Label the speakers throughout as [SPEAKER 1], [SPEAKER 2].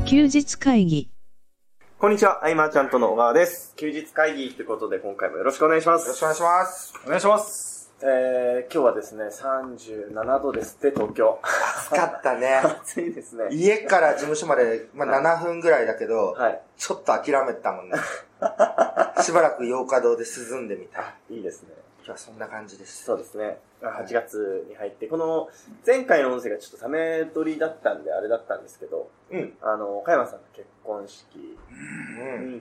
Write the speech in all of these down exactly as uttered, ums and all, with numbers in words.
[SPEAKER 1] 休日会議。
[SPEAKER 2] こんにちは、アイマーちゃんとの小川です。休日会議ということで今回もよろしくお願いします。
[SPEAKER 3] よろしくお願いします。
[SPEAKER 4] お願いします。
[SPEAKER 2] えー、今日はですね、さんじゅうななどですって、東京。
[SPEAKER 3] 暑かったね。
[SPEAKER 2] 暑いですね。
[SPEAKER 3] 家から事務所まで、まあ、ななふんぐらいだけど、はい、ちょっと諦めてたもんね。しばらく洋華堂で涼んでみた。
[SPEAKER 2] いいですね。
[SPEAKER 3] 今日はそんな感じです。
[SPEAKER 2] そうですね。はちがつに入って、この前回の音声がちょっとため撮りだったんであれだったんですけど、うん、あの、岡山さんの結婚式に行って、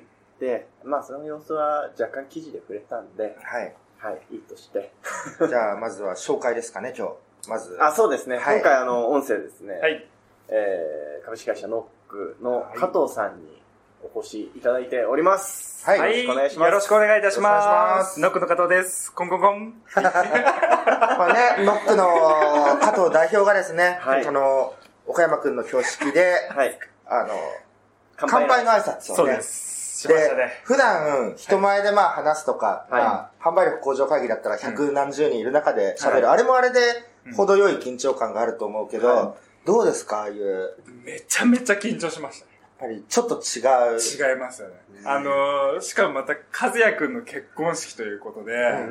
[SPEAKER 2] うん、まあその様子は若干記事で触れたんで、はい。はい、いいとして。
[SPEAKER 3] じゃあまずは紹介ですかね、今日。まず。
[SPEAKER 2] あ、そうですね。はい、今回あの、音声ですね。
[SPEAKER 4] はい。
[SPEAKER 2] えー、株式会社ノックの加藤さんにお越しいただいております。
[SPEAKER 4] はい。よろしくお願いします。よろしくお願いいたします。ノックの加藤です。コンコンコン。
[SPEAKER 3] まあね、ノックの加藤代表がですね、はい、その、岡山くんの標識で、はい。あの、乾杯の挨拶をね。
[SPEAKER 4] そうです。
[SPEAKER 3] で、ね、普段、人前でまあ話すとか、はい、まあ、販売力向上会議だったら百何十人いる中で喋る、うんはい。あれもあれで、程よい緊張感があると思うけど、はい、どうですかああいう。
[SPEAKER 4] めちゃめちゃ緊張しましたね。
[SPEAKER 3] やっぱり、ちょっと違う。
[SPEAKER 4] 違いますよね。あのー、しかもまた、和也くんの結婚式ということで、うんうんうん、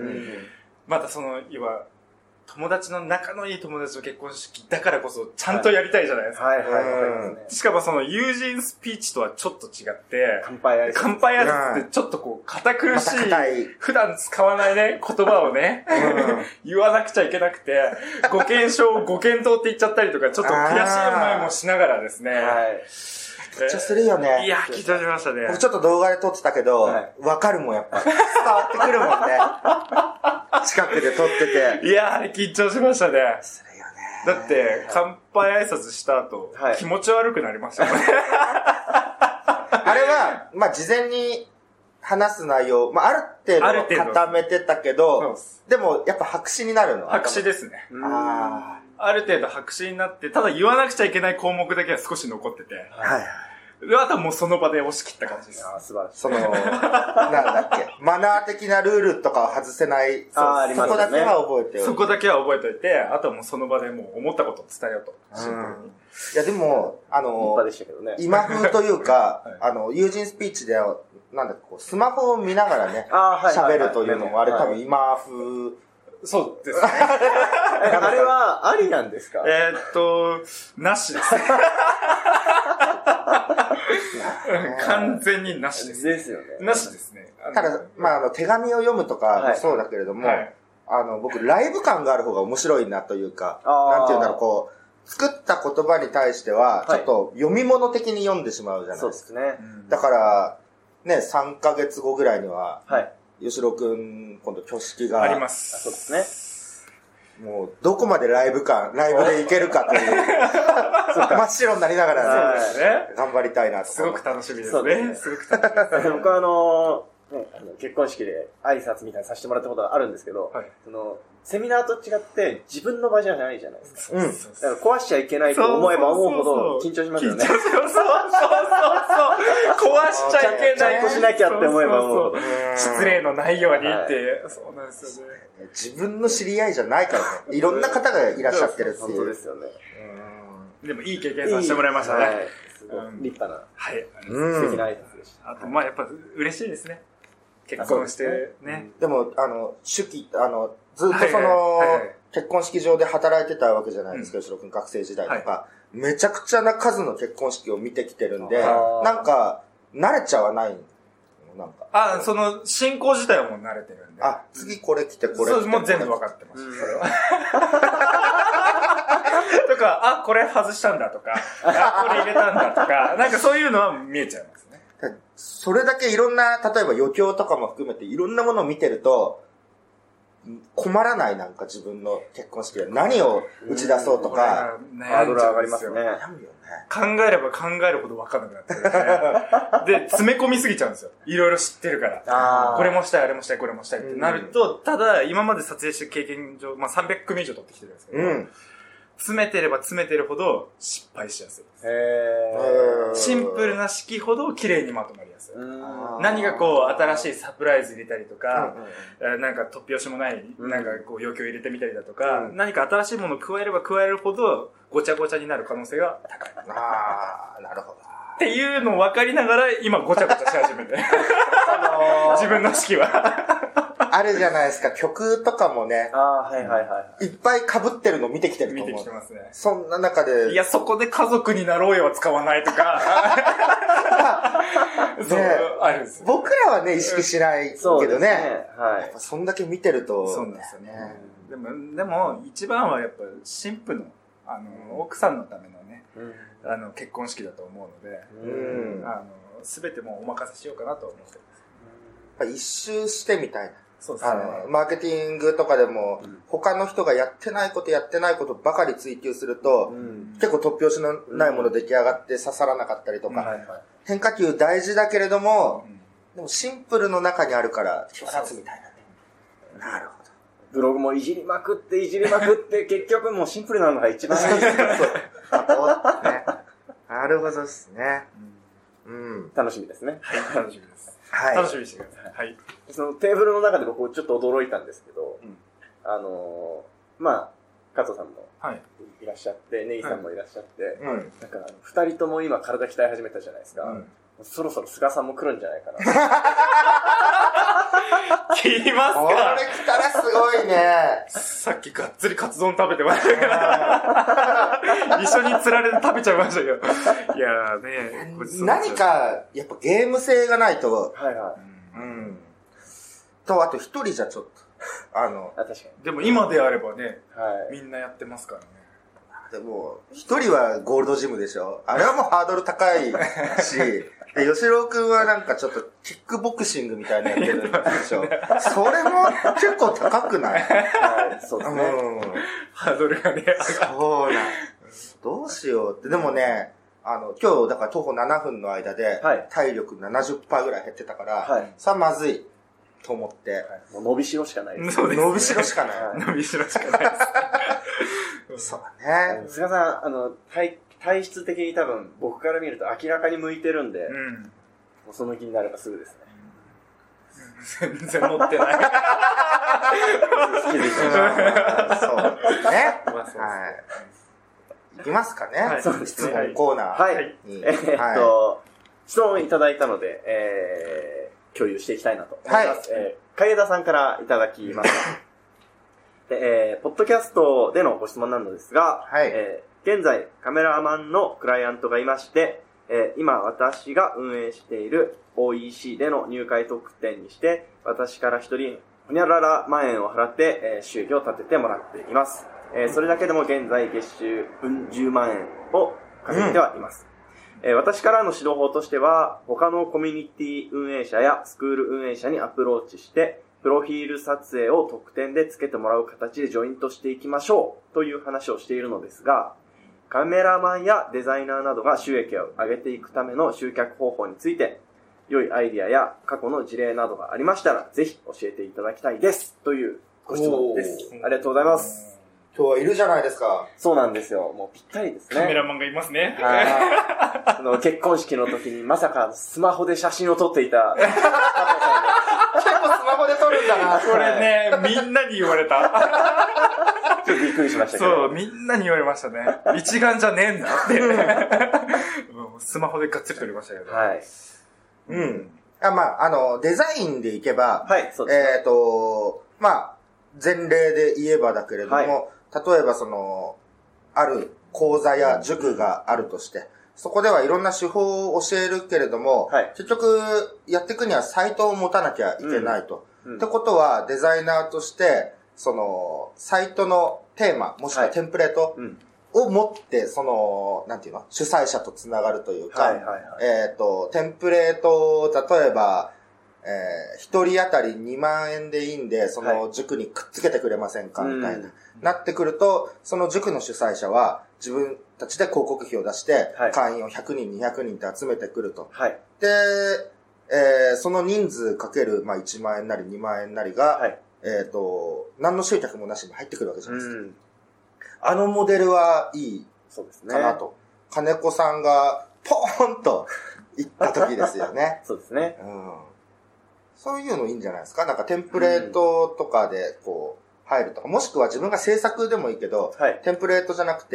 [SPEAKER 4] またその、いわ、友達の仲のいい友達の結婚式だからこそちゃんとやりたいじゃないですか。はいはいはい、はい。しかもその友人スピーチとはちょっと違って、乾杯挨拶。乾杯挨拶ってちょっとこう堅苦しい、ま、普段使わないね、言葉をね、言わなくちゃいけなくて、ご検証、ご検討って言っちゃったりとか、ちょっと悔しい思いもしながらですね。はい。
[SPEAKER 3] 緊張するよね。
[SPEAKER 4] いや、緊張しましたね。
[SPEAKER 3] 僕ちょっと動画で撮ってたけど、わ、はい、かるもんやっぱ。伝わってくるもんね。近くで撮ってて。
[SPEAKER 4] いやー、緊張しましたね。するよね。だって、乾杯挨拶した後、はい、気持ち悪くなりましたね。
[SPEAKER 3] あれは、まあ、事前に話す内容、まあ、ある程度固めてたけど、でも、やっぱ白紙になるの？
[SPEAKER 4] 白紙ですね。あある程度白紙になって、ただ言わなくちゃいけない項目だけは少し残ってて。はい。あとはもうその場で押し切った感じです。
[SPEAKER 3] ああ、素晴らしい。その、なんだっけ、マナー的なルールとかは外せない、そ, ああそこだけは覚えておいて。
[SPEAKER 4] そこだけは覚えておいて、あとはもうその場でもう思ったことを伝えようと。シンプルに。
[SPEAKER 3] いやでも、あの、ね、今風というか、はい、あの、友人スピーチで、なんだっけ、こう、スマホを見ながらね、喋るというのも、あれ多分今風、
[SPEAKER 4] そうですね。
[SPEAKER 2] あれはありなんですか？
[SPEAKER 4] えーっと、なしです。完全になしです。
[SPEAKER 2] ですよね。
[SPEAKER 4] なしですね。
[SPEAKER 3] ただ、まあ、あの、手紙を読むとかもそうだけれども、はいはい、あの、僕、ライブ感がある方が面白いなというか、なんていうんだろう、こう、作った言葉に対しては、ちょっと読み物的に読んでしまうじゃないですか。そうですね。だから、ね、さんかげつごぐらいには、はい。吉郎くん、今度挙式が。
[SPEAKER 4] あります。
[SPEAKER 2] そうです
[SPEAKER 3] ね。もう、どこまでライブ感、ライブでいけるかという。真っ白になりながらね。そうですね。頑張りたいなと。
[SPEAKER 4] すごく楽しみですね。すごく楽しみです。
[SPEAKER 2] 僕はあの、ね、あの結婚式で挨拶みたいなさせてもらったことがあるんですけど、はい、そのセミナーと違って自分の場じゃないじゃないですか。うん。だから壊しちゃいけないと思えば思うほど緊張しますよね。緊張します。そうそうそうそう。
[SPEAKER 4] 壊しちゃいけない。
[SPEAKER 2] ちゃんとしなきゃって思えば思うほど。
[SPEAKER 4] 失礼のないようにって、はい、そうなんですよね。
[SPEAKER 3] 自分の知り合いじゃないからね。いろんな方がいらっしゃってるっていう。
[SPEAKER 2] 本当ですよね。
[SPEAKER 4] でもいい経験させてもらいましたね。
[SPEAKER 2] すごい立派な。
[SPEAKER 4] はい。
[SPEAKER 2] 素敵な挨拶でした。
[SPEAKER 4] あと、まあやっぱ嬉しいですね。結婚してね。
[SPEAKER 3] でも、あの、手記、あの、ずっとその、結婚式場で働いてたわけじゃないですか、吉郎くん学生時代とか。めちゃくちゃな数の結婚式を見てきてるんで、なんか、慣れちゃわない。なんか。
[SPEAKER 4] あ、その、進行自体はもう慣れてるんで。
[SPEAKER 3] あ、次これ来て、これ来て。
[SPEAKER 4] そう、もう全部分かってます。それは。とか、あ、これ外したんだとか、あ、これ入れたんだとか、なんかそういうのは見えちゃいますね。
[SPEAKER 3] それだけいろんな、例えば余興とかも含めていろんなものを見てると、困らないなんか自分の結婚式で何を打ち出そうとか、
[SPEAKER 2] ハードル上がりますよね。
[SPEAKER 4] 考えれば考えるほど分かんなくなってるんですね。で、詰め込みすぎちゃうんですよ。いろいろ知ってるから。これもしたい、あれもしたい、これもしたいってなると、ただ今まで撮影して経験上、まあさんびゃく組以上撮ってきてるんですけど、うん、詰めてれば詰めてるほど失敗しやすいです。へー。シンプルな式ほど綺麗にまとまりやすい。何がこう新しいサプライズ入れたりとか、うんうん、なんか突拍子もない、なんかこう要求入れてみたりだとか、うん、何か新しいものを加えれば加えるほどごちゃごちゃになる可能性が高い。
[SPEAKER 3] ああ、なるほど。
[SPEAKER 4] っていうのを分かりながら、今ごちゃごちゃし始めて。あのー、自分の式は。
[SPEAKER 3] あるじゃないですか、曲とかもね。
[SPEAKER 2] ああ、はいはいはい。
[SPEAKER 3] いっぱい被ってるの見てきてると思う。
[SPEAKER 4] 見てきてますね。
[SPEAKER 3] そんな中で。
[SPEAKER 4] いや、そこで家族になろうよは使わないとか。そう、ね、あるんですよ。
[SPEAKER 3] 僕らはね、意識しないけどね。ね、
[SPEAKER 2] はい。
[SPEAKER 3] やっぱそんだけ見てると。
[SPEAKER 4] そうなんですよね。でも、でも、一番はやっぱ、神父の、あの、奥さんのためのね、うん、あの、結婚式だと思うので、うん、あの、すべてもうお任せしようかなと思ってます。
[SPEAKER 3] やっぱ一周してみたいな。
[SPEAKER 4] そうですね。
[SPEAKER 3] あの、マーケティングとかでも、うん、他の人がやってないことやってないことばかり追求すると、うん、結構突拍子のないもの出来上がって刺さらなかったりとか、うんはいはい、変化球大事だけれども、うん、でもシンプルの中にあるから際立つみたいなね。なるほど。
[SPEAKER 2] ブログもいじりまくっていじりまくって結局もうシンプルなのが一番いい。そう。
[SPEAKER 3] ね、なるほどですね。
[SPEAKER 2] うん。楽しみですね。
[SPEAKER 4] はい、楽しみです。
[SPEAKER 3] はい。
[SPEAKER 4] 楽しみにしてください。はい。
[SPEAKER 2] そのテーブルの中で僕ちょっと驚いたんですけど、うん、あのー、まあ、加藤さんもいらっしゃって、はい、ネギさんもいらっしゃって、はい、なんか二人とも今体鍛え始めたじゃないですか。うん、そろそろ菅さんも来るんじゃないかな。
[SPEAKER 4] 来ますか？
[SPEAKER 3] これ来たらすごいね。
[SPEAKER 4] さっきがっつりカツ丼食べてましたから。一緒に釣られて食べちゃいましたけど。いやーね。
[SPEAKER 3] 何か、やっぱゲーム性がないと。
[SPEAKER 2] はいはい。
[SPEAKER 3] うん。と、あと一人じゃちょっと。あの。
[SPEAKER 2] あ、確かに。
[SPEAKER 4] でも今であればね、はい、みんなやってますからね。
[SPEAKER 3] でも、一人はゴールドジムでしょ。あれはもうハードル高いし、で、吉郎くんはなんかちょっとキックボクシングみたいなやってるでしょ。それも結構高くない？
[SPEAKER 2] はい、そうですね。うん、
[SPEAKER 4] ハードルがね、
[SPEAKER 3] そうなん。どうしようって。でもね、あの、今日だから徒歩ななふんの間で、体力 ななじゅっパーセント ぐらい減ってたから、はい、さあまずいと思って。はい、
[SPEAKER 2] もう伸びしろしかないです。
[SPEAKER 3] そうですね。伸びしろしかない。
[SPEAKER 4] 伸びしろしかない
[SPEAKER 3] です。そうだね。
[SPEAKER 2] 菅さん、あの、体、体質的に多分僕から見ると明らかに向いてるんで、うん、もうその気になればすぐですね。
[SPEAKER 4] 全然乗ってない。
[SPEAKER 3] 気づいてまそうね。まあ、そうですね。はい。いきますかね。はい、そうですね。質問コーナー。
[SPEAKER 2] はい。えー、っと、質問いただいたので、えー、共有していきたいなと思います。はい。えー、海江田さんからいただきました。で、えー、ポッドキャストでのご質問なのですが、はい。えー現在、カメラマンのクライアントがいまして、えー、今私が運営している オーイーシー での入会特典にして、私から一人、ほにゃらら万円を払って、えー、収益を立ててもらっています。えー、それだけでも現在月収じゅうまんえんを稼いではいます。うん、えー、私からの指導法としては、他のコミュニティ運営者やスクール運営者にアプローチして、プロフィール撮影を特典でつけてもらう形でジョイントしていきましょうという話をしているのですが、カメラマンやデザイナーなどが収益を上げていくための集客方法について、良いアイディアや過去の事例などがありましたら、ぜひ教えていただきたいです。というご質問です。ありがとうございます。
[SPEAKER 3] 今日はいるじゃないですか。
[SPEAKER 2] そうなんですよ。もうぴったりですね。
[SPEAKER 4] カメラマンがいますね。
[SPEAKER 2] はい。あの、結婚式の時にまさかスマホで写真を撮っていた。結構
[SPEAKER 3] スマホで撮るんだな。
[SPEAKER 4] これね、みんなに言われた。
[SPEAKER 2] ちょっとびっくりしましたけど。
[SPEAKER 4] そう、みんなに言われましたね。一眼じゃねえんだって。もうスマホでがっつり撮りましたけど。
[SPEAKER 3] はい。うん。あまあ、あの、デザインでいけば、
[SPEAKER 2] はい、そうですね。
[SPEAKER 3] えっと、まあ、前例で言えばだけれども、はい、例えばその、ある講座や塾があるとして、そこではいろんな手法を教えるけれども、はい、結局やっていくにはサイトを持たなきゃいけないと。うんうん、ってことは、デザイナーとして、その、サイトのテーマ、もしくはテンプレートを持って、その、なんていうの、主催者とつながるというか、はいはいはい、えっと、テンプレートを、例えば、えー、一人当たりにまんえんでいいんで、その塾にくっつけてくれませんか、みたいな、なってくると、その塾の主催者は自分たちで広告費を出して、はい、会員をひゃくにん、にひゃくにんって集めてくると。はい、で、えー、その人数かける、まあ、いちまんえんなりにまんえんなりが、はい、えっと、何の集客もなしに入ってくるわけじゃないですか。うん、あのモデルはいいかなと。ね、金子さんがポーンと行った時ですよね。
[SPEAKER 2] そうですね。
[SPEAKER 3] うんそういうのいいんじゃないですか。なんかテンプレートとかでこう入るとか、もしくは自分が制作でもいいけど、はい、テンプレートじゃなくて、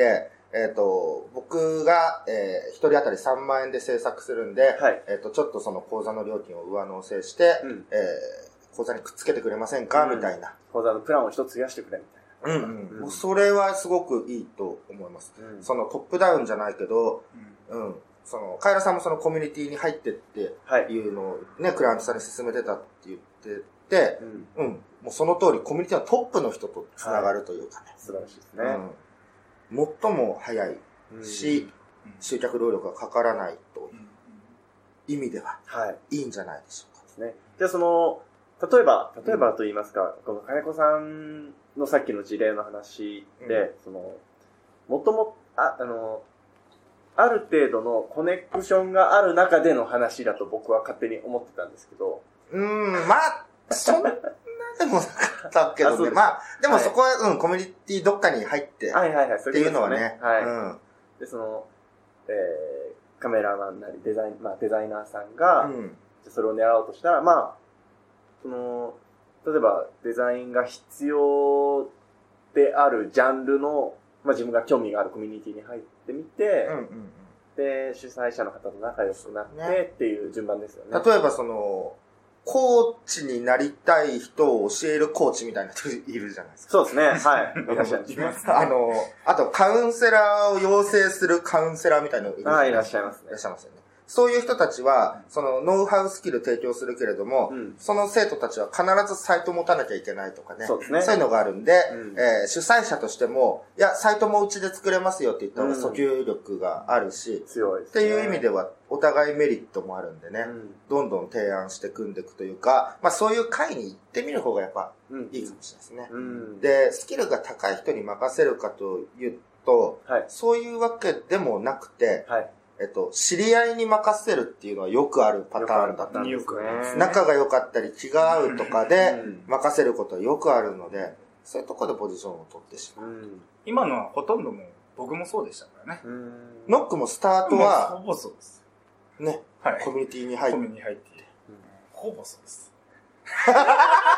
[SPEAKER 3] えっと、僕が、えー、一人当たりさんまんえんで制作するんで、はい、えっと、ちょっとその講座の料金を上乗せして、うん、えー、講座にくっつけてくれませんか、うん、みたいな。
[SPEAKER 2] 講座のプランを一つ増やしてくれみたいな。
[SPEAKER 3] うんうん。うん、それはすごくいいと思います。うん、そのトップダウンじゃないけど、うん、うん、その、カエラさんもそのコミュニティに入ってっていうのをね、はい、クライアントさんに勧めてたって言ってて、うん、うん、もうその通りコミュニティのトップの人とつながるというかね。はい、
[SPEAKER 2] 素晴らしいですね。うん
[SPEAKER 3] 最も早いし、うん、集客労力がかからないという意味では、はい、いいんじゃないでしょうか。
[SPEAKER 2] ですね。じゃあその、例えば、例えばと言いますか、うん、この金子さんのさっきの事例の話で、うん、その、もとも、あ、あの、ある程度のコネクションがある中での話だと僕は勝手に思ってたんですけど。
[SPEAKER 3] うーん、まあ、そんなでもなかったけどね。まあ、でもそこは、はい、うん、コミュニティどっかに入って、はいはいはい、っていうのはね。はい。うん。
[SPEAKER 2] で、その、えー、カメラマンなりデザイン、まあデザイナーさんが、うん、それを狙おうとしたら、まあ、その、例えばデザインが必要であるジャンルの、まあ自分が興味があるコミュニティに入ってみて、うんうんうん、で、主催者の方と仲良くなってっていう順番ですよね。
[SPEAKER 3] 例えばその、コーチになりたい人を教えるコーチみたいな人いるじゃないですか。
[SPEAKER 2] そうですね。はい。いらっしゃいます。
[SPEAKER 3] あの、あとカウンセラーを養成するカウンセラーみたいなのいるじゃ
[SPEAKER 2] ないですか。はい、いらっしゃいますね。
[SPEAKER 3] いらっしゃいますよね。そういう人たちは、そのノウハウスキル提供するけれども、うん、その生徒たちは必ずサイト持たなきゃいけないとかね。そうですね。そういうのがあるんで、うん、えー、主催者としても、いや、サイトもうちで作れますよって言った方が訴求力があるし、うん、強いですね。っていう意味では、お互いメリットもあるんでね、うん、どんどん提案して組んでいくというか、まあそういう会に行ってみる方がやっぱいいかもしれないですね。うん、で、スキルが高い人に任せるかというと、はい、そういうわけでもなくて、はい、えっと、知り合いに任せるっていうのはよくあるパターンだったんですね。仲が良かったり気が合うとかで任せることはよくあるので、そういうところでポジションを取ってしまう。うん、
[SPEAKER 4] 今のはほとんどもう僕もそうでしたからね。
[SPEAKER 3] ノックもスタートは、
[SPEAKER 4] ほぼそうです。
[SPEAKER 3] ね、はい、コミュニティに入って。
[SPEAKER 4] コミュニティに入って。うん、ほぼそうです。
[SPEAKER 3] せっか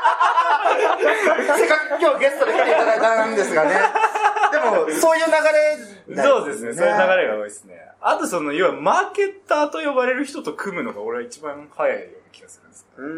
[SPEAKER 3] く今日ゲストで来ていただいたんですがね。でも、そういう流
[SPEAKER 4] れ、そうですね。そういう流れが多いですね。あとその、要はマーケッターと呼ばれる人と組むのが俺は一番早いような気がするんです、ね。うん。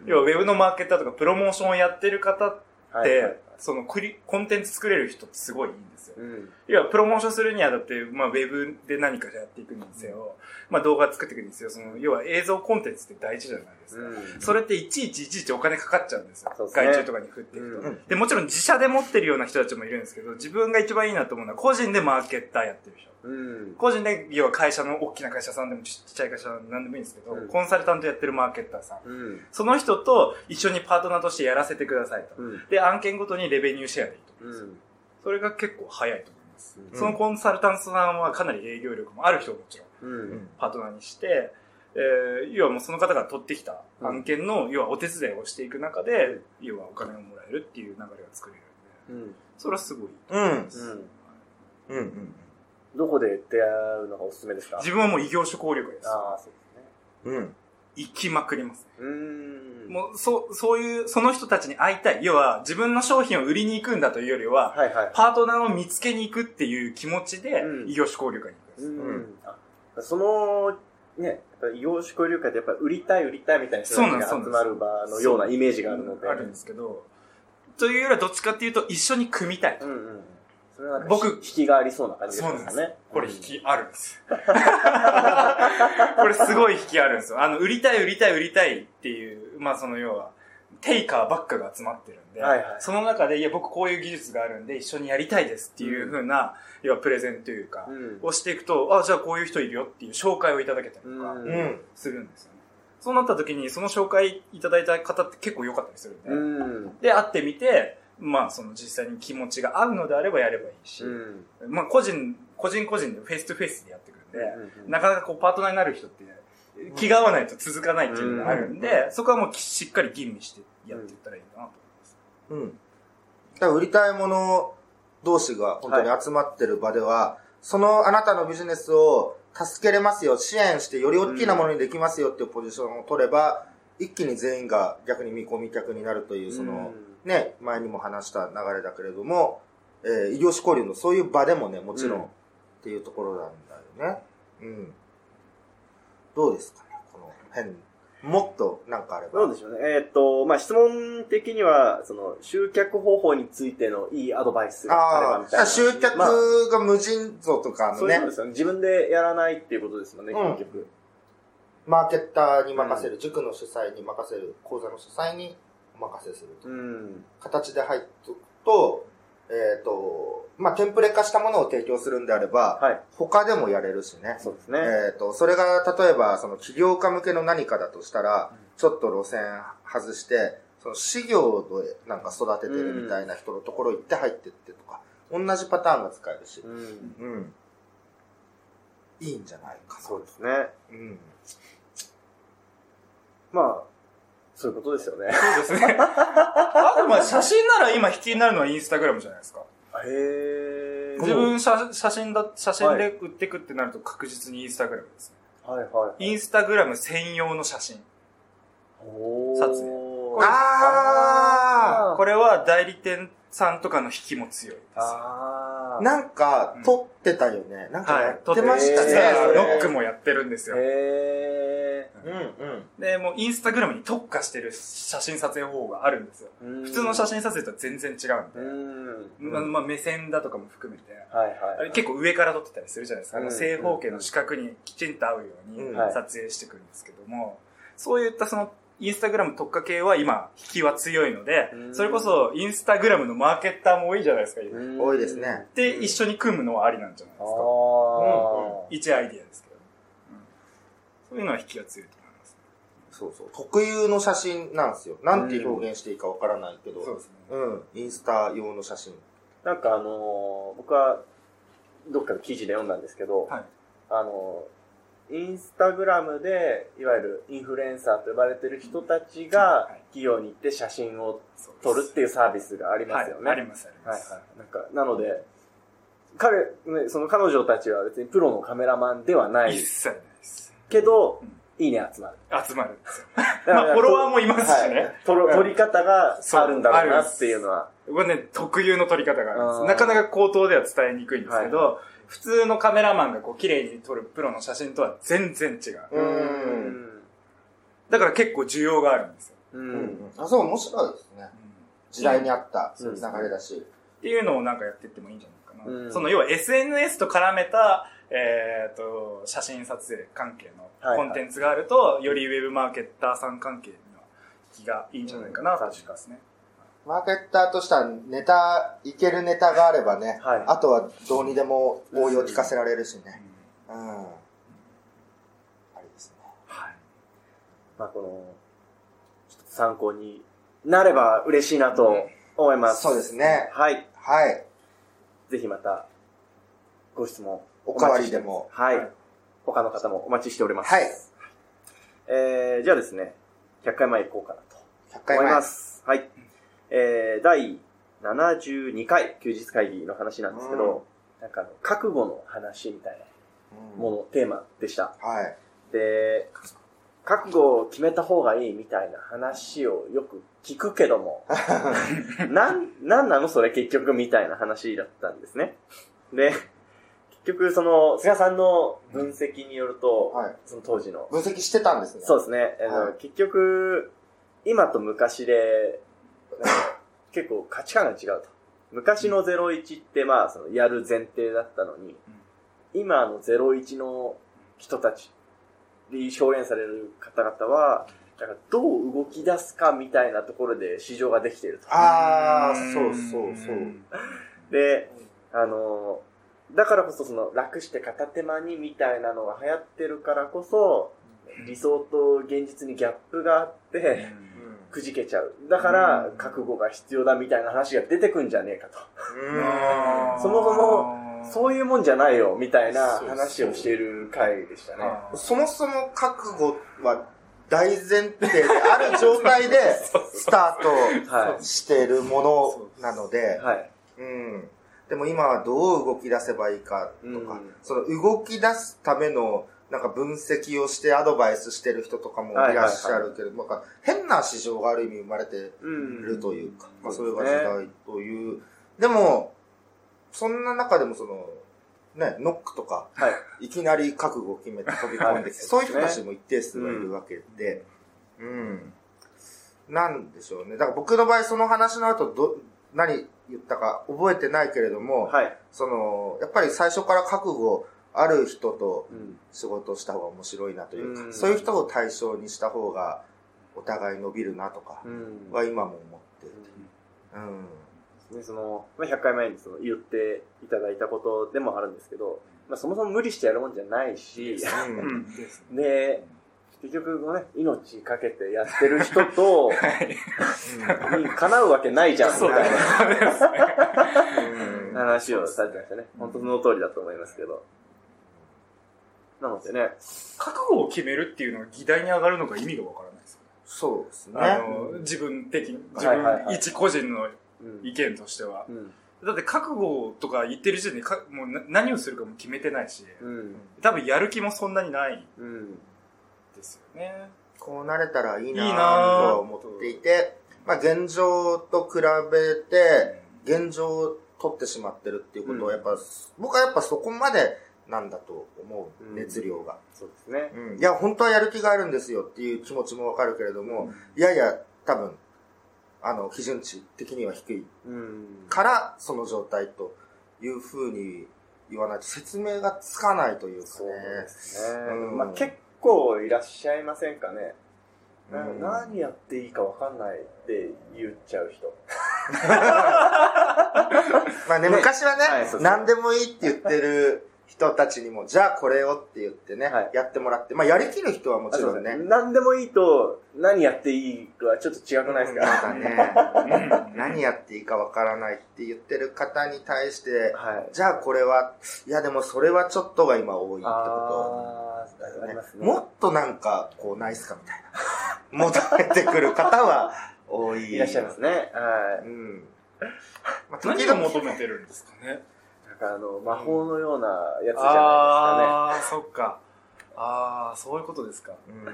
[SPEAKER 4] 要はウェブのマーケッターとかプロモーションをやってる方って、はいはい、そのクリ、コンテンツ作れる人ってすごいいいんですよ。うん、要はプロモーションするにはだって、まあウェブで何かやっていくんですよ。うん、まあ動画作っていくんですよ。その、要は映像コンテンツって大事じゃないですか。うん、それっていちいちいちいちお金かかっちゃうんですよ。すね、外注とかに振っていくと、うん。で、もちろん自社で持ってるような人たちもいるんですけど、自分が一番いいなと思うのは個人でマーケッターやってる人。うん、個人で、要は会社の、大きな会社さんでもちっちゃい会社なんでもいいんですけど、うん、コンサルタントやってるマーケッターさん。うん、その人と一緒にパートナーとしてやらせてくださいと。うん、で、案件ごとにレベニューシェアでいいと思うんですよ。うん、それが結構早いと思います。うん、そのコンサルタントさんはかなり営業力もある人をもちろん、うん、パートナーにして、えー、要はもうその方が取ってきた案件の、うん、要はお手伝いをしていく中で、うん、要はお金をもらえるっていう流れが作れるんで、うん、それはすごいと思います。うん。うん。
[SPEAKER 2] うんうんどこで出会うのがおすすめですか？
[SPEAKER 4] 自分はもう異業種交流会です。
[SPEAKER 2] ああ、そうですね。
[SPEAKER 4] うん。行きまくりますね。うーん。もう、そう、そういう、その人たちに会いたい。要は、自分の商品を売りに行くんだというよりは、はいはい、パートナーを見つけに行くっていう気持ちで、うん、異業種交流会に行くんです。うん。うん、
[SPEAKER 2] あその、ね、やっぱ異業種交流会ってやっぱ売りたい売りたいみたいな人たちが集まる場のようなイメージがあるので。
[SPEAKER 4] あるんですけど、というよりはどっちかっていうと一緒に組みたい。うんうん。
[SPEAKER 2] それは僕、引きがありそうな感じですね。そうなんです。
[SPEAKER 4] これ引きあるんです。これすごい引きあるんですよ。あの、売りたい売りたい売りたいっていう、まあその要は、テイカーばっかが集まってるんで、はいはい、その中で、いや僕こういう技術があるんで一緒にやりたいですっていう風な、うん、要はプレゼンというか、うん、をしていくと、あ、じゃあこういう人いるよっていう紹介をいただけたりとか、うん、するんですよね。そうなった時に、その紹介いただいた方って結構良かったりするんで、うん、で、会ってみて、まあその実際に気持ちが合うのであればやればいいし、うん、まあ個人、個人個人でフェイストフェイスでやってくるんで、うんうん、なかなかこうパートナーになる人って、気が合わないと続かないっていうのがあるんで、うんうん、そこはもうしっかり吟味してやっていったらいいかなと思います。うん。
[SPEAKER 3] だから売りたいもの同士が本当に集まってる場では、はい、そのあなたのビジネスを助けれますよ、支援してより大きなものにできますよっていうポジションを取れば、一気に全員が逆に見込み客になるという、その、うんね、前にも話した流れだけれども、えー、異業種交流のそういう場でもね、もちろんっていうところなんだよね。うん。どうですかね、この変、もっとなんかあれば。
[SPEAKER 2] どうでしょうね。えー、っと、まあ、質問的には、その、集客方法についてのいいアドバイスがあればみたいな。
[SPEAKER 3] 集客が無尽蔵とかのね、まあ。
[SPEAKER 2] そういうことですよね。自分でやらないっていうことですもんね、うん、結局。
[SPEAKER 3] マーケッターに任せる、うん、塾の主催に任せる、講座の主催にお任せするという、うん、形で入っておくと、えっ、ー、と、まあ、テンプレ化したものを提供するんであれば、はい、他でもやれるしね。
[SPEAKER 2] そうですね。
[SPEAKER 3] えっ、ー、と、それが例えば、その起業家向けの何かだとしたら、うん、ちょっと路線外して、その事業でなんか育ててるみたいな人のところ行って入ってってとか、同じパターンが使えるし、うん。うん。いいんじゃないかな。
[SPEAKER 2] そうですね。うん。まあ、そういうことですよね。
[SPEAKER 4] そうですね。あとまあ写真なら今引きになるのはインスタグラムじゃないですか。
[SPEAKER 2] へー。
[SPEAKER 4] 自分写写真だ、写真で売ってくってなると確実にインスタグラムですね。
[SPEAKER 2] はいはい、はい。
[SPEAKER 4] インスタグラム専用の写真。撮影。これ
[SPEAKER 3] あー。
[SPEAKER 4] これは代理店さんとかの引きも強いです。
[SPEAKER 3] あー。なんか、撮ってたよね。うん、なんかやってましたね。
[SPEAKER 4] はい、ノックもやってるんですよ。
[SPEAKER 2] へー。
[SPEAKER 4] うんうん。で、もうインスタグラムに特化してる写真撮影方法があるんですよ。普通の写真撮影とは全然違うんで。うん。まあ、目線だとかも含めて。はいはい。あれ結構上から撮ってたりするじゃないですか。あの正方形の四角にきちんと合うように撮影してくるんですけども、そういったその、インスタグラム特化系は今、引きは強いので、それこそインスタグラムのマーケッターも多いじゃないですか、
[SPEAKER 3] 多いですね。
[SPEAKER 4] で、一緒に組むのはありなんじゃないですか。うん、一アイディアですけど、うん。そういうのは引きが強いと思います、ね。
[SPEAKER 3] そうそう。特有の写真なんですよ。なんて表現していいかわからないけど、そうですね。うん。インスタ用の写真。
[SPEAKER 2] なんかあのー、僕は、どっかの記事で読んだんですけど、はい、あのー、インスタグラムで、いわゆるインフルエンサーと呼ばれてる人たちが、企業に行って写真を撮るっていうサービスがありますよね。
[SPEAKER 4] はい、あります、あります。
[SPEAKER 2] はいはい。なんか、なので、彼、ね、その彼女たちは別にプロのカメラマンではない。
[SPEAKER 4] 一切ないです。
[SPEAKER 2] けど、うん、いいね集まる。
[SPEAKER 4] 集まるんですよ。まあ、フォロワーもいますしね。はい、
[SPEAKER 2] 撮, 撮り方があるんだろうなっていうのは。
[SPEAKER 4] これね、特有の撮り方があるんです。なかなか口頭では伝えにくいんですけど、はい、普通のカメラマンがこう綺麗に撮るプロの写真とは全然違う。うんだから結構需要があるんですよ。
[SPEAKER 3] うん、あ、そう、面白いですね。うん、時代に合った流れだし、うん。
[SPEAKER 4] っていうのをなんかやっていってもいいんじゃないかな。うん、その要は エスエヌエス と絡めた、えっと、写真撮影関係のコンテンツがあると、はいはい、よりウェブマーケッターさん関係には気がいいんじゃないかなと思いますね。
[SPEAKER 3] マーケッターとしてはネタ、いけるネタがあればね、はい、あとはどうにでも応用聞かせられるしね。うん。うん、あれですね。
[SPEAKER 2] はい。まあこの、一つ参考になれば嬉しいなと思います。
[SPEAKER 3] うん、そうですね。
[SPEAKER 2] はい。
[SPEAKER 3] はい。
[SPEAKER 2] ぜひまた、ご質問。
[SPEAKER 3] おかわりでも。
[SPEAKER 2] はい。はい、他の方もお待ちしております。
[SPEAKER 3] はい。
[SPEAKER 2] えー、じゃあですね、ひゃっかいまえ行こうかなと思います。はい。えー、だいななじゅうにかい休日会議の話なんですけど、うん、なんかあの覚悟の話みたいなもの、うん、テーマでした。
[SPEAKER 3] はい。
[SPEAKER 2] で、覚悟を決めた方がいいみたいな話をよく聞くけども、なん、なんなのそれ結局みたいな話だったんですね。で、結局その、菅さんの分析によると、はい、その当時の。
[SPEAKER 3] 分析してたんですね。
[SPEAKER 2] そうですね。あの、はい、結局、今と昔で、結構価値観が違うと。昔のゼロイチってまあそのやる前提だったのに、うん、今のゼロイチの人たちに証言される方々は、だからどう動き出すかみたいなところで市場ができていると。
[SPEAKER 3] ああ、そうそうそう。
[SPEAKER 2] で、あの、だからこそその楽して片手間にみたいなのが流行ってるからこそ、理想と現実にギャップがあって、くじけちゃう。だから、覚悟が必要だみたいな話が出てくんじゃねえかと。そもそも、そういうもんじゃないよ、みたいな話をしている回でしたね。
[SPEAKER 3] そもそも覚悟は大前提である状態でスタートしているものなので、はい、うん。でも今はどう動き出せばいいかとか、その動き出すためのなんか分析をしてアドバイスしてる人とかもいらっしゃるけど、なんか変な市場がある意味生まれてるというか、まあそれが時代という。でも、そんな中でもその、 ね、ノックとか、はい、いきなり覚悟を決めて飛び込んできて、そういう人たちも一定数はいるわけで、うん、うん。なんでしょうね。だから僕の場合その話の後ど、何言ったか覚えてないけれども、はい、その、やっぱり最初から覚悟ある人と仕事をした方が面白いなというか、うん、そういう人を対象にした方がお互い伸びるなとかは今も思っていて。うん。うん
[SPEAKER 2] ね、その、まあ、ひゃっかいまえにその言っていただいたことでもあるんですけど、まあ、そもそも無理してやるもんじゃないし、うん、で、結局ね、命かけてやってる人と、はい、に叶うわけないじゃん、みたいな話をされてましたね。本当その通りだと思いますけど。なのでね、
[SPEAKER 4] 覚悟を決めるっていうのが議題に上がるのが意味がわからないですよね。
[SPEAKER 3] そうですね。
[SPEAKER 4] あの、自分的に、自分、はいはいはい、一個人の意見としては、うん、だって覚悟とか言ってる時点でかもう何をするかも決めてないし、うん、多分やる気もそんなにないですよね。
[SPEAKER 3] こうなれたらいいなと思っていて、まあ現状と比べて現状を取ってしまってるっていうことはやっぱ、うん、僕はやっぱそこまでなんだと思う、うん、熱量が。
[SPEAKER 2] そうですね、
[SPEAKER 3] うん。いや本当はやる気があるんですよっていう気持ちもわかるけれども、うん、いやいや多分あの、基準値的には低いから、その状態というふうに言わないと説明がつかないというかね。そうですね。
[SPEAKER 2] うん、まあ、結構いらっしゃいませんかね。うん、何やっていいか分かんないって言っちゃう人。
[SPEAKER 3] まあね、昔はね、はい、何でもいいって言ってる人たちにも、じゃあこれをって言ってね、はい、やってもらって、まあやりきる人はもちろんね。
[SPEAKER 2] 何でもいいと、何やっていいかはちょっと違くないですか、
[SPEAKER 3] うん、ね、何やっていいかわからないって言ってる方に対して、はい、じゃあこれは、いやでもそれはちょっとが今多いってこと、ね、ありますね。もっとなんか、こうないっすかみたいな。求めてくる方は多い。
[SPEAKER 2] いらっしゃいますね。はい。うん。
[SPEAKER 4] まあ、何を求めてるんですかね。
[SPEAKER 2] なんかあの、魔法のようなやつじゃないですかね。
[SPEAKER 4] ああ、そっか。ああ、そういうことですか。うん。あ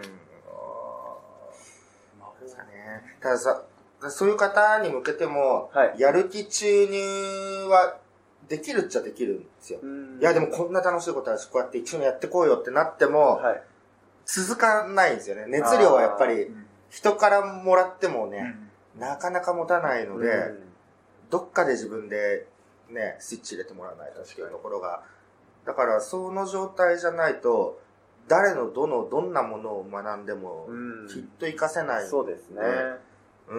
[SPEAKER 3] 魔法ですかね。たださ、そういう方に向けても、はい、やる気注入はできるっちゃできるんですよ。いや、でもこんな楽しいことあるし、こうやって一緒にやってこうよってなっても、はい、続かないんですよね。熱量はやっぱり人からもらってもね、うん、なかなか持たないので、うん、どっかで自分でね、スイッチ入れてもらわないとっていうところが、だからその状態じゃないと、誰のどのどんなものを学んでもきっと活かせない、
[SPEAKER 2] うん、そうですね。
[SPEAKER 3] うん。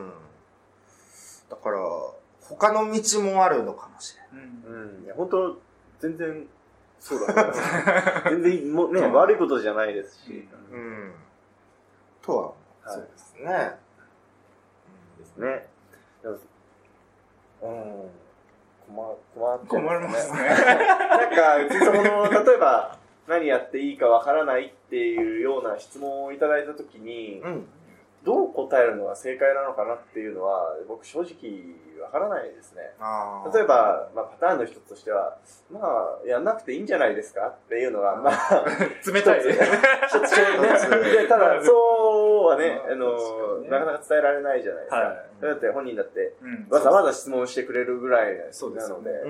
[SPEAKER 3] だから他の道もあるのかもしれない。
[SPEAKER 2] うん。うん、いや本当全然そうだね。全然もね、悪いことじゃないですし。うん。
[SPEAKER 3] とは、そうですね。
[SPEAKER 2] ですね。うん。困、困って
[SPEAKER 4] 困りますね。
[SPEAKER 2] なんか、うちその、例えば、何やっていいかわからないっていうような質問をいただいたときに、うん、どう答えるのが正解なのかなっていうのは、僕正直わからないですね。例えば、まあ、パターンの一つとしては、まあ、やんなくていいんじゃないですかっていうのが、まあ、
[SPEAKER 4] 冷たいですね。
[SPEAKER 2] ちょっとね。で、ただ、そうはね、あの、なかなか伝えられないじゃないですか。はい、だって本人だって、わざわざ質問してくれるぐらいなので、うん、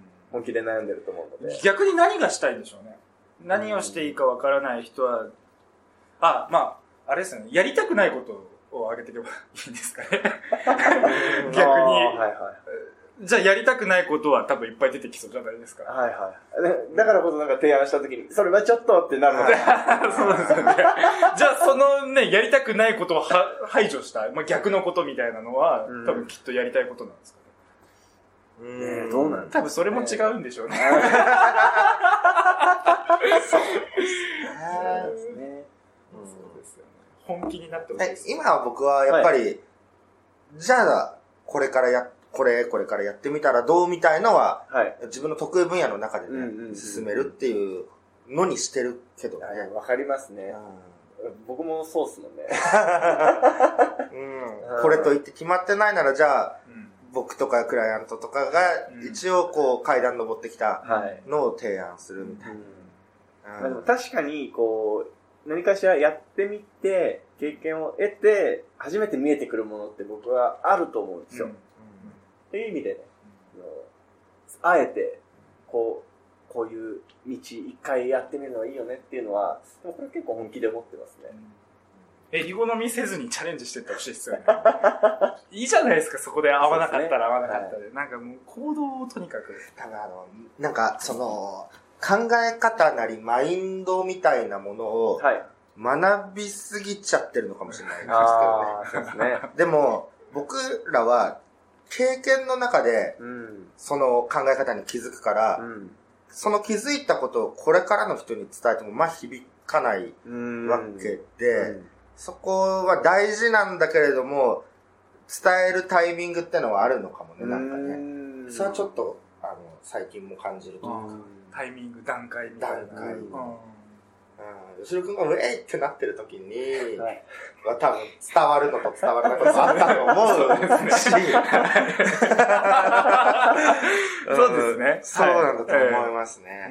[SPEAKER 2] 本気で悩んでると思うので。
[SPEAKER 4] 逆に何がしたいんでしょうね。何をしていいかわからない人は、あ、まあ、あれですよね、やりたくないことを挙げていけばいいんですかね。逆に、はいはい。じゃあやりたくないことは多分いっぱい出てきそうじゃないですか。
[SPEAKER 2] はいはい。だからこそなんか提案したときに、それはちょっとってなるので。
[SPEAKER 4] そうですよね。じゃあそのね、やりたくないことをは排除した、まあ、逆のことみたいなのは、うん、多分きっとやりたいことなんですかね。
[SPEAKER 2] うん、どうなん
[SPEAKER 4] 多分それも違うんでしょうね。
[SPEAKER 3] そうですね。
[SPEAKER 4] そうですよね。本気になってほしいです。
[SPEAKER 3] 今は僕はやっぱり、はい、じゃあ、これからや、これ、これからやってみたらどうみたいのは、はい、自分の得意分野の中でね、うんうんうん、進めるっていうのにしてるけどね。
[SPEAKER 2] わかりますね。うん、僕もそうっすもんね。
[SPEAKER 3] うん。これと言って決まってないなら、じゃあ、うん、僕とかクライアントとかが一応こう階段登ってきたのを提案するみたいな。うん
[SPEAKER 2] うん、でも確かにこう何かしらやってみて経験を得て初めて見えてくるものって僕はあると思うんですよ。うんうん、っていう意味でね、あえてここういう道一回やってみるのがいいよねっていうのは、でもこれ結構本気で思ってますね。
[SPEAKER 4] え、リゴ飲みせずにチャレンジしてってほしいですよね。いいじゃないですか、そこで合わなかったら合わなかったで。でね、なんかもう行動をとにかく。
[SPEAKER 3] 多分あの、なんかその、考え方なりマインドみたいなものを学びすぎちゃってるのかもしれないですけどね。
[SPEAKER 2] あそうですね。
[SPEAKER 3] でも、僕らは経験の中で、その考え方に気づくから、うん、その気づいたことをこれからの人に伝えても、まあ響かないわけで、うん、そこは大事なんだけれども、伝えるタイミングってのはあるのかもね、なんかね。それはちょっと、あの、最近も感じるというか。
[SPEAKER 4] タイミング、段階みたいな。段階。うん
[SPEAKER 3] 吉野くんがウェイってなってる時に、はい、は多分伝わるのと伝わらないことあったと思うし、
[SPEAKER 4] そうですね。
[SPEAKER 3] そうなんだと思いますね。
[SPEAKER 4] うん、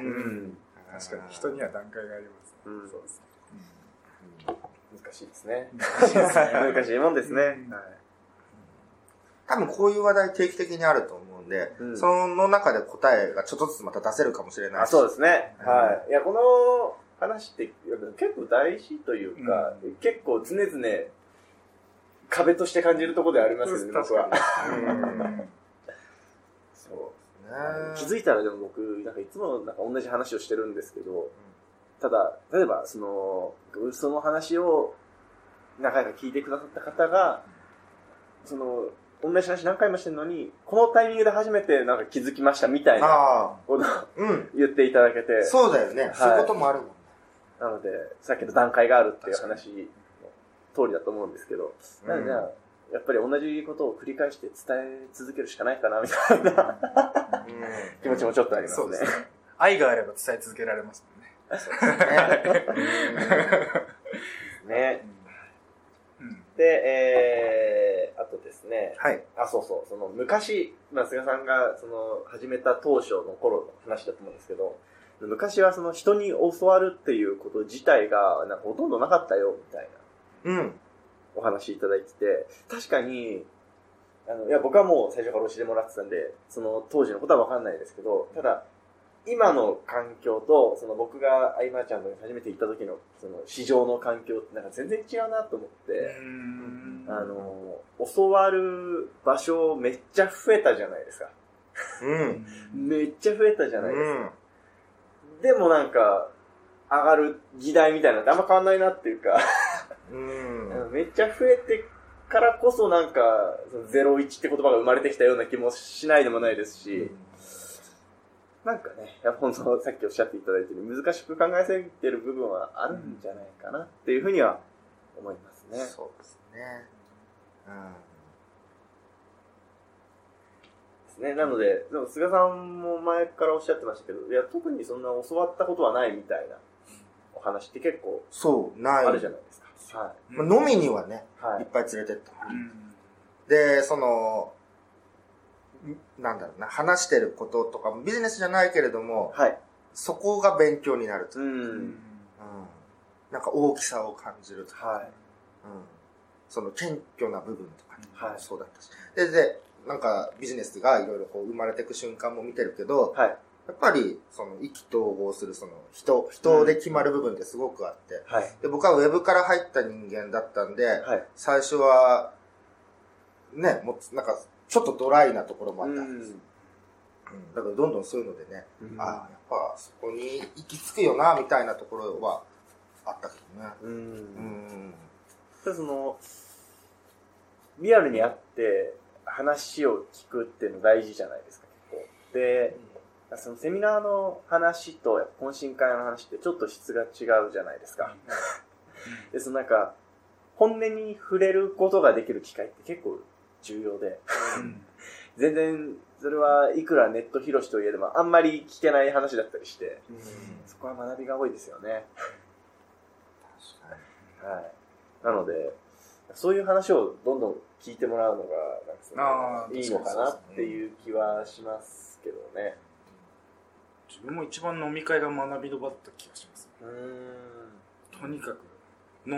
[SPEAKER 4] 確かに人には段階がありますね。うん、そうですね。
[SPEAKER 2] 難しいですね。難しいですね。難しいもんですね。はい、
[SPEAKER 3] 多分こういう話題定期的にあると思うんで、うん、その中で答えがちょっとずつまた出せるかもしれないし。
[SPEAKER 2] あ、そうですね。はい。いや、この話って結構大事というか、うん、結構常々壁として感じるところでありますよね、僕は。そう気づいたらでも僕、なんかいつもなんか同じ話をしてるんですけど、ただ、例えばその、その話を何回か聞いてくださった方が、その、同じ話何回もしてるのに、このタイミングで初めてなんか気づきましたみたいなことを言っていただけて。
[SPEAKER 3] そうだよね。はい、そういうこともあるもんね。
[SPEAKER 2] なので、さっきの段階があるっていう話の通りだと思うんですけど、なので、やっぱり同じことを繰り返して伝え続けるしかないかなみたいな気持ちもちょっとありますね。そうですね。
[SPEAKER 4] 愛があれば伝え続けられますもんね。そうですね。
[SPEAKER 2] ね。で、えー、あとですね、
[SPEAKER 3] はい。
[SPEAKER 2] あ、そうそう、その昔、まあ、菅さんがその始めた当初の頃の話だと思うんですけど、昔はその人に教わるっていうこと自体がなんかほとんどなかったよみたいな、うん、お話いただいてて、確かにあのいや僕はもう最初から教えてもらってたんで、その当時のことは分かんないですけど、ただ今の環境とその僕がアイマーちゃんと初めて行った時のその市場の環境ってなんか全然違うなと思って、あの教わる場所めっちゃ増えたじゃないですか。うん、めっちゃ増えたじゃないですか。うんでもなんか、上がる時代みたいなのってあんま変わんないなっていうかうん、めっちゃ増えてからこそなんか、ゼロイチって言葉が生まれてきたような気もしないでもないですし、うん、なんかね、やっぱ本当さっきおっしゃっていただいたように難しく考えすぎてる部分はあるんじゃないかなっていうふうには思いますね。
[SPEAKER 3] そうですね。うん
[SPEAKER 2] ね、なので、でも菅さんも前からおっしゃってましたけど、いや特にそんな教わったことはないみたいなお話って結構
[SPEAKER 3] そうない
[SPEAKER 2] あるじゃないですか。
[SPEAKER 3] はい。まあ、飲みにはね、はい、いっぱい連れてった。うん、で、そのなんだろうな、話してることとかもビジネスじゃないけれども、はい、そこが勉強になるというか、うんうん、なんか大きさを感じるとか、はい、うん、その謙虚な部分とかもそうだったし、はい、ででなんかビジネスがいろいろこう生まれていく瞬間も見てるけど、はい、やっぱりその意気投合するその人人で決まる部分ってすごくあって、うんはい、で僕はウェブから入った人間だったんで、はい、最初はねもうなんかちょっとドライなところもあったんです、うんうん、だからどんどんそういうのでね、うん、ああやっぱそこに行き着くよなみたいなところはあったけどね。うん。うん。
[SPEAKER 2] そのリアルに会って話を聞くっていうの大事じゃないですか、結構。で、うん、そのセミナーの話と懇親会の話ってちょっと質が違うじゃないですか。うん、で、そのなんか、本音に触れることができる機会って結構重要で、うん、全然、それはいくらネット広しといえども、あんまり聞けない話だったりして、うん、そこは学びが多いですよね。確かに。はい。なので、そういう話をどんどん聞いてもらうのがなんかいいのかなっていう気はしますけどね。
[SPEAKER 4] 自分も一番飲み会が学びの場だった気がします。うーんとにかく飲んで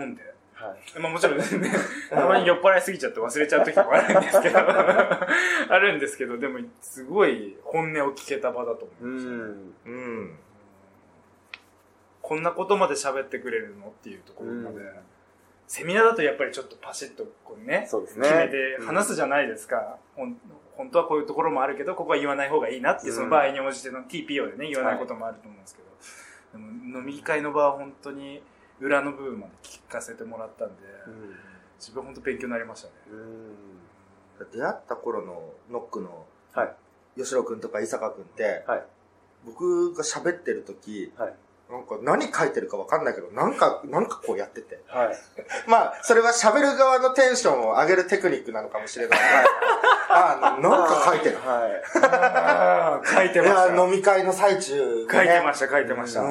[SPEAKER 4] はい。まあもちろんね、たまに酔っ払いすぎちゃって忘れちゃう時もあるんですけど、あるんですけど、でもすごい本音を聞けた場だと思います、ね。うん。うん。こんなことまで喋ってくれるのっていうところまで。うん、セミナーだとやっぱりちょっとパシッとこうね、そうですね、決めて話すじゃないですか。うん、本当はこういうところもあるけど、ここは言わない方がいいなっていう、その場合に応じての ティーピーオー でね、言わないこともあると思うんですけど、はい、でも飲み会の場は本当に裏の部分まで聞かせてもらったんで、うん、自分本当勉強になりましたね。
[SPEAKER 3] うん、出会った頃のノックの、はい、吉野くんとか伊坂くんって、はい、僕が喋ってる時、はい、なんか何書いてるかわかんないけど、なんか、なんかこうやってて。はい。まあ、それは喋る側のテンションを上げるテクニックなのかもしれない。ああ、なんか書いてる。
[SPEAKER 4] はい。書いてました。
[SPEAKER 3] いや、飲み会の最中、
[SPEAKER 4] ね。書いてました、書いてました。うん、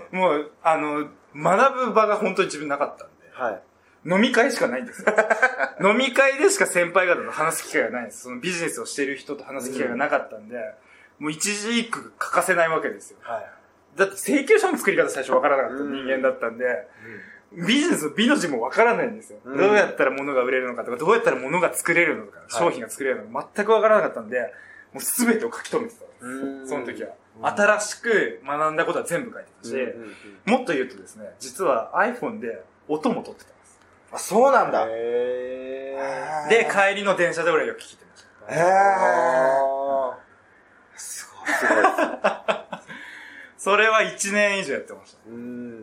[SPEAKER 4] もう、あの、学ぶ場が本当に自分なかったんで。はい。飲み会しかないんですよ。飲み会でしか先輩方と話す機会がないんです。そのビジネスをしている人と話す機会がなかったんで、うん、もう一字一句欠かせないわけですよ。はい。だって請求書の作り方最初わからなかった人間だったんで、うん、ビジネスの美の字もわからないんですよ、うん。どうやったら物が売れるのかとか、どうやったら物が作れるのか、はい、商品が作れるのか全くわからなかったんで、もうすべてを書き留めてたんです。その時は。新しく学んだことは全部書いてたし、うんうんうん、もっと言うとですね、実は iPhone で音も撮ってたんです。
[SPEAKER 3] あ、そうなんだ。
[SPEAKER 4] へー。で、帰りの電車で俺が聞いてました。へ
[SPEAKER 3] ー。すごい。すごい。
[SPEAKER 4] それはいちねん以上やってました。うん。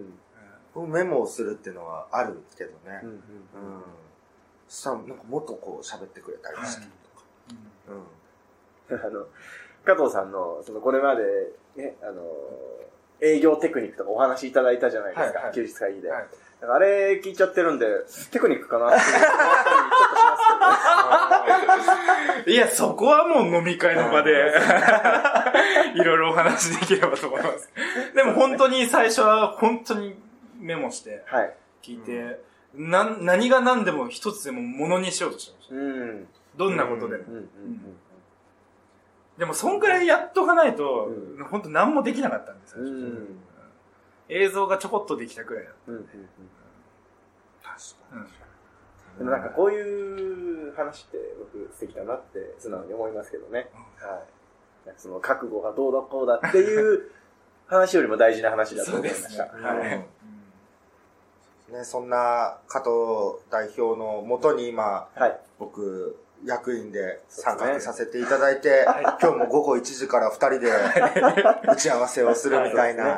[SPEAKER 3] メモをするっていうのはあるけどね。うんうんうん。さ、なんかもっとこう喋ってくれたりしてとか。
[SPEAKER 2] うん。あの、加藤さんの、そのこれまでね、あの、営業テクニックとかお話いただいたじゃないですか、はいはい、休日会議で。はい、あれ聞いちゃってるんで、テクニックかなって思ったりちょっ
[SPEAKER 4] としますけど。いや、そこはもう飲み会の場で、いろいろお話できればと思います。でも本当に最初は本当にメモして、聞いて、はいうん、な、何が何でも一つでもものにしようとしてました。うん、どんなことでも。でもそんくらいやっとかないと、うん、本当何もできなかったんですよ。うん、映像がちょこっとできたくらいだった。うんうんうん、
[SPEAKER 2] 確かに、うん。でもなんかこういう話って僕素敵だなって素直に思いますけどね。うん、はい。なんかその覚悟がどうだこうだっていう話よりも大事な話だと思いました。ね、はい。
[SPEAKER 3] ね、そんな加藤代表のもとに今、はい、僕、役員で参画させていただいて、ねはい、今日も午後いちじからふたりで打ち合わせをするみたいな、はい、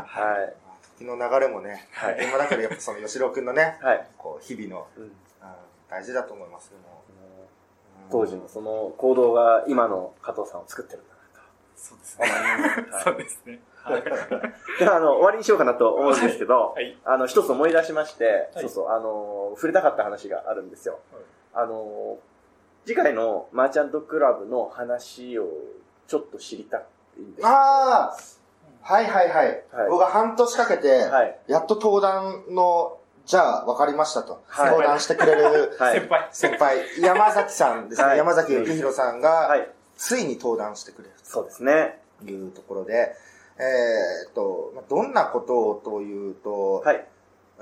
[SPEAKER 3] 時の流れもね、はい、今だけどやっぱその吉郎くんのね、はい、こう日々の、うん、大事だと思います。も
[SPEAKER 2] う当時のその行動が今の加藤さんを作ってるんだなと。
[SPEAKER 4] そうですね。はい、そうですね。はい、
[SPEAKER 2] ではあの終わりにしようかなと思うんですけど、はい、あの一つ思い出しまして、はい、そうそうあの触れたかった話があるんですよ。はい、あの次回のマーチャントクラブの話をちょっと知りたいんです。
[SPEAKER 3] ああ、はいはいはい。はい、僕が半年かけて、はい、やっと登壇の、じゃあ分かりましたと、はい、登壇してくれる、はい、先輩、先輩、山崎さんですね、はい、山崎幸宏さんが、はい、ついに登壇してくれる。
[SPEAKER 2] そうですね。
[SPEAKER 3] というところで、えー、っと、どんなことをというと、はい、うん、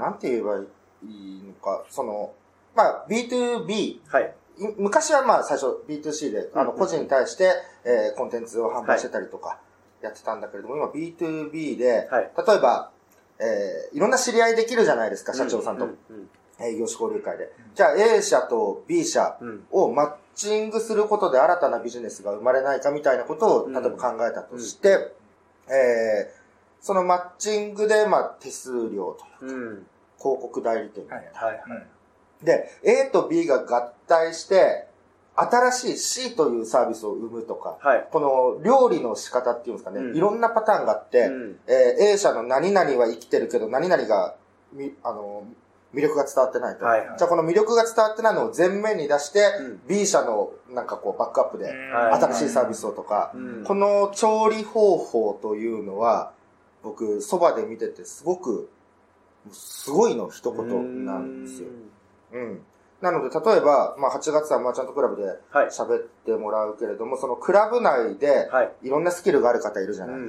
[SPEAKER 3] なんて言えばいいのか、その、まあ、ビーツービー、はい昔はまあ最初 ビーツーシー で、あの個人に対して、えー、コンテンツを販売してたりとかやってたんだけれども、今 ビーツービー で、はい、例えば、えー、いろんな知り合いできるじゃないですか、社長さんと。営業種交流会で。じゃあ A 社と B 社をマッチングすることで新たなビジネスが生まれないかみたいなことを例えば考えたとして、うんうん、えー、そのマッチングでまあ手数料というか、うん、広告代理店みたいな。はいはいはいで、A と B が合体して、新しい C というサービスを生むとか、はい、この料理の仕方っていうんですかね、うん、いろんなパターンがあって、うん、えー、A 社の何々は生きてるけど、何々が、みあの、魅力が伝わってないと。はいはい、じゃあこの魅力が伝わってないのを前面に出して、うん、B 社のなんかこうバックアップで、新しいサービスをとか、うん、この調理方法というのは、僕、そばで見ててすごく、すごいの一言なんですよ。うん。なので、例えば、まあ、はちがつはマーチャントクラブで喋ってもらうけれども、はい、そのクラブ内で、いろんなスキルがある方いるじゃないですか。うん、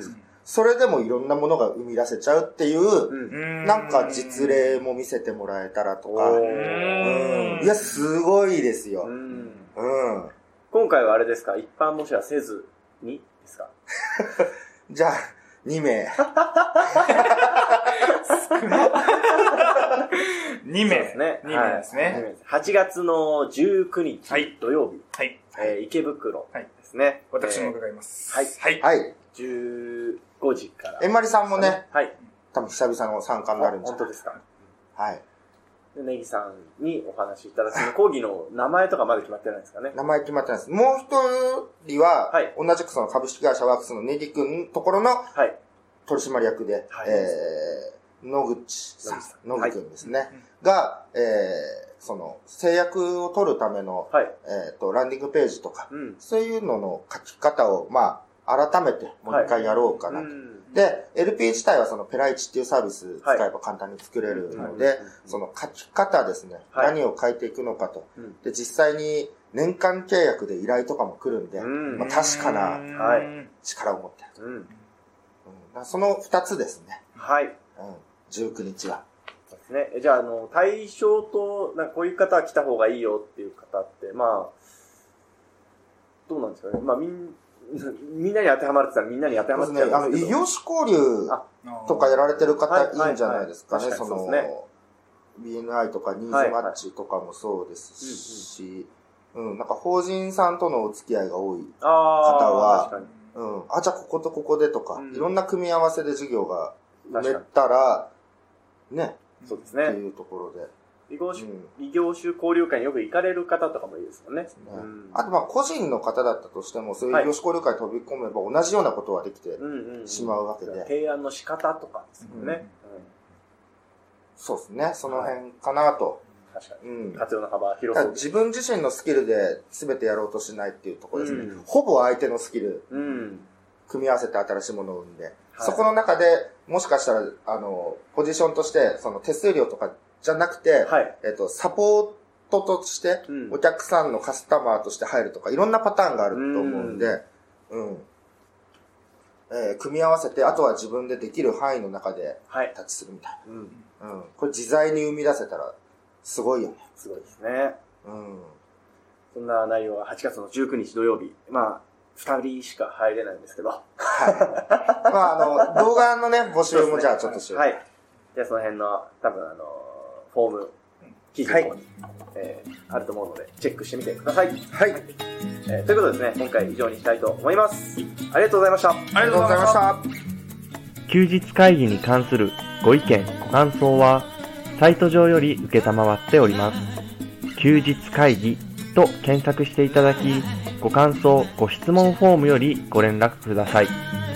[SPEAKER 3] それでもいろんなものが生み出せちゃうっていう、うん、なんか実例も見せてもらえたらとか、うん、いや、すごいですよ。うん
[SPEAKER 2] うん、今回はあれですか、一般模試はせずにですか
[SPEAKER 3] じゃあ、にめい。
[SPEAKER 4] にめいですね。にめいですね。
[SPEAKER 2] はちがつのじゅうくにち、はい、土曜日、はいえー、池袋ですね。はい、
[SPEAKER 4] 私も伺います。
[SPEAKER 2] はい。はい。じゅうごじから。
[SPEAKER 3] えまりさんもね、はい、多分久々の参加になるんじゃないですか。
[SPEAKER 2] 本当ですか。はい。で、ネギさんにお話しいただく、その講義の名前とかまだ決まってないですかね。
[SPEAKER 3] 名前決まってないです。もう一人は、はい、同じくその株式会社ワークスのネギ君のところの、はい、取締役で、はい、えー、野口さん、野口君ですね、はい、が、えー、その、制約を取るための、はい、えっと、ランディングページとか、うん、そういうのの書き方を、まあ、改めてもう一回やろうかなと。はい、で、エルピー 自体はそのペライチっていうサービス使えば簡単に作れるので、はい、その書き方ですね、はい、何を書いていくのかと。で、実際に年間契約で依頼とかも来るんで、まあ、確かな力を持っていると。うんうん、その二つですね。はい。うん、じゅうくにちは。
[SPEAKER 2] そうですね。じゃあ、あの、対象と、なんかこういう方は来た方がいいよっていう方って、まあ、どうなんですかね。まあ、みんみんなに当てはまるって言ったらみんなに当てはまってちゃうんですけど、
[SPEAKER 3] ね、あの異業種交流とかやられてる方いいんじゃないですかね。その ビーエヌアイ とかニーズマッチとかもそうですし、うん、なんか法人さんとのお付き合いが多い方は、うん、あ、じゃあこことここでとか、うん、いろんな組み合わせで授業が埋めたら、ね、
[SPEAKER 2] そうですね。
[SPEAKER 3] っていうところで。
[SPEAKER 2] 異業種、うん、異業種交流会によく行かれる方とかもいいですよね。ね
[SPEAKER 3] うん、あとまあ個人の方だったとしても、そういう異業種交流会に飛び込めば同じようなことはできてしまうわけで。
[SPEAKER 2] 提案の仕方とかですよね、うんうん。
[SPEAKER 3] そうですね。その辺かなと。
[SPEAKER 2] 確かに。うん、活用の幅広そう。
[SPEAKER 3] 自分自身のスキルで全てやろうとしないっていうところですね。うん、ほぼ相手のスキル、うん、組み合わせて新しいものを生んで、はい、そこの中でもしかしたら、あの、ポジションとして、その手数料とかじゃなくて、はい、えっと、サポートとして、お客さんのカスタマーとして入るとか、いろんなパターンがあると思うんで、うん。えー、組み合わせて、あとは自分でできる範囲の中でタッチするみたいな。はい、うん。うん。これ自在に生み出せたら、すごいよね。
[SPEAKER 2] すごいですね。うん。そんな内容ははちがつのじゅうくにち土曜日。まあ、二人しか入れないんですけど。はい。
[SPEAKER 3] まあ、あの、動画のね、募集もじゃあちょっとしよう。
[SPEAKER 2] はい。じゃあその辺の、多分あの、フォーム、記事の方に、はい、えー、あると思うので、チェックしてみてください。はい。えー、ということでですね、今回以上にしたいと思います。ありがとうございました。あ
[SPEAKER 3] りがとうございました。
[SPEAKER 1] 休日会議に関するご意見、ご感想は、サイト上より受けたまわっております。休日会議と検索していただき、ご感想、ご質問フォームよりご連絡ください。